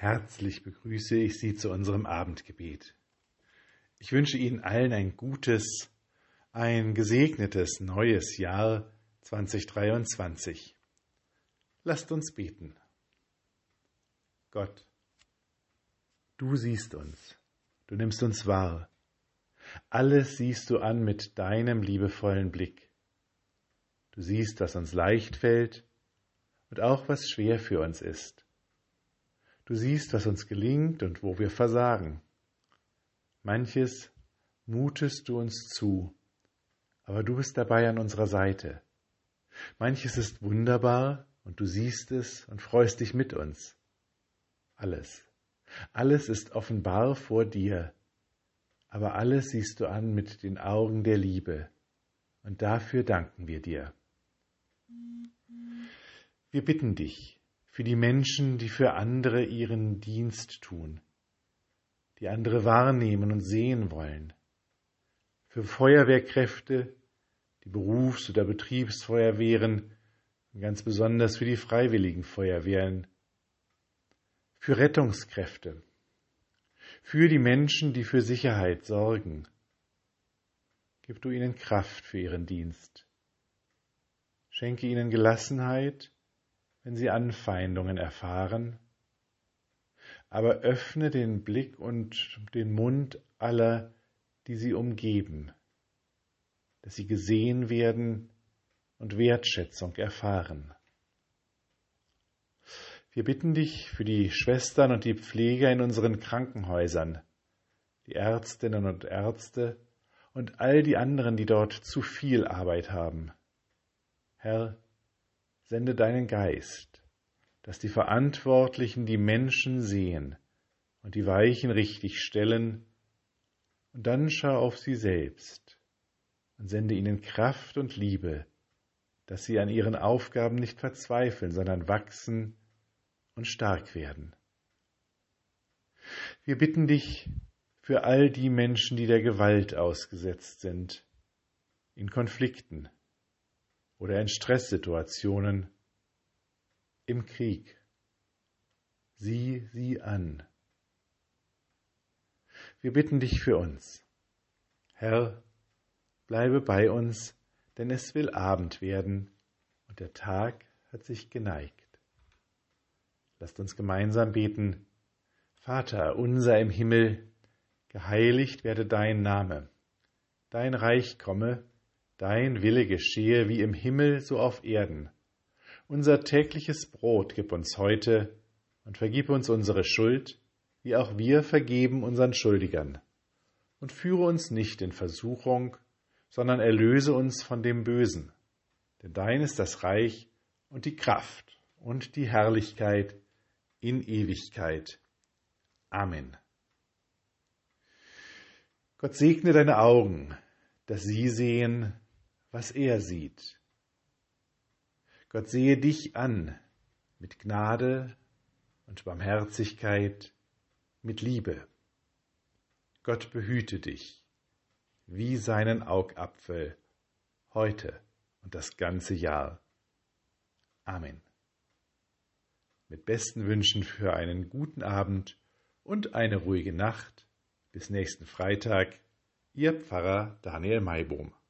Herzlich begrüße ich Sie zu unserem Abendgebet. Ich wünsche Ihnen allen ein gutes, ein gesegnetes neues Jahr 2023. Lasst uns beten. Gott, du siehst uns, du nimmst uns wahr. Alles siehst du an mit deinem liebevollen Blick. Du siehst, was uns leicht fällt und auch was schwer für uns ist. Du siehst, was uns gelingt und wo wir versagen. Manches mutest du uns zu, aber du bist dabei an unserer Seite. Manches ist wunderbar und du siehst es und freust dich mit uns. Alles ist offenbar vor dir, aber alles siehst du an mit den Augen der Liebe und dafür danken wir dir. Wir bitten dich für die Menschen, die für andere ihren Dienst tun, die andere wahrnehmen und sehen wollen, für Feuerwehrkräfte, die Berufs- oder Betriebsfeuerwehren und ganz besonders für die freiwilligen Feuerwehren, für Rettungskräfte, für die Menschen, die für Sicherheit sorgen. Gib du ihnen Kraft für ihren Dienst. Schenke ihnen Gelassenheit, wenn sie Anfeindungen erfahren, aber öffne den Blick und den Mund aller, die sie umgeben, dass sie gesehen werden und Wertschätzung erfahren. Wir bitten dich für die Schwestern und die Pfleger in unseren Krankenhäusern, die Ärztinnen und Ärzte und all die anderen, die dort zu viel Arbeit haben. Herr, sende deinen Geist, dass die Verantwortlichen die Menschen sehen und die Weichen richtig stellen, und dann schau auf sie selbst und sende ihnen Kraft und Liebe, dass sie an ihren Aufgaben nicht verzweifeln, sondern wachsen und stark werden. Wir bitten dich für all die Menschen, die der Gewalt ausgesetzt sind, in Konflikten oder in Stresssituationen, im Krieg. Sieh sie an. Wir bitten dich für uns. Herr, bleibe bei uns, denn es will Abend werden und der Tag hat sich geneigt. Lasst uns gemeinsam beten. Vater unser im Himmel, geheiligt werde dein Name. Dein Reich komme, dein Wille geschehe wie im Himmel so auf Erden. Unser tägliches Brot gib uns heute und vergib uns unsere Schuld, wie auch wir vergeben unseren Schuldigern. Und führe uns nicht in Versuchung, sondern erlöse uns von dem Bösen. Denn dein ist das Reich und die Kraft und die Herrlichkeit in Ewigkeit. Amen. Gott segne deine Augen, dass sie sehen, was er sieht. Gott sehe dich an mit Gnade und Barmherzigkeit, mit Liebe. Gott behüte dich wie seinen Augapfel heute und das ganze Jahr. Amen. Mit besten Wünschen für einen guten Abend und eine ruhige Nacht. Bis nächsten Freitag, Ihr Pfarrer Daniel Maibohm.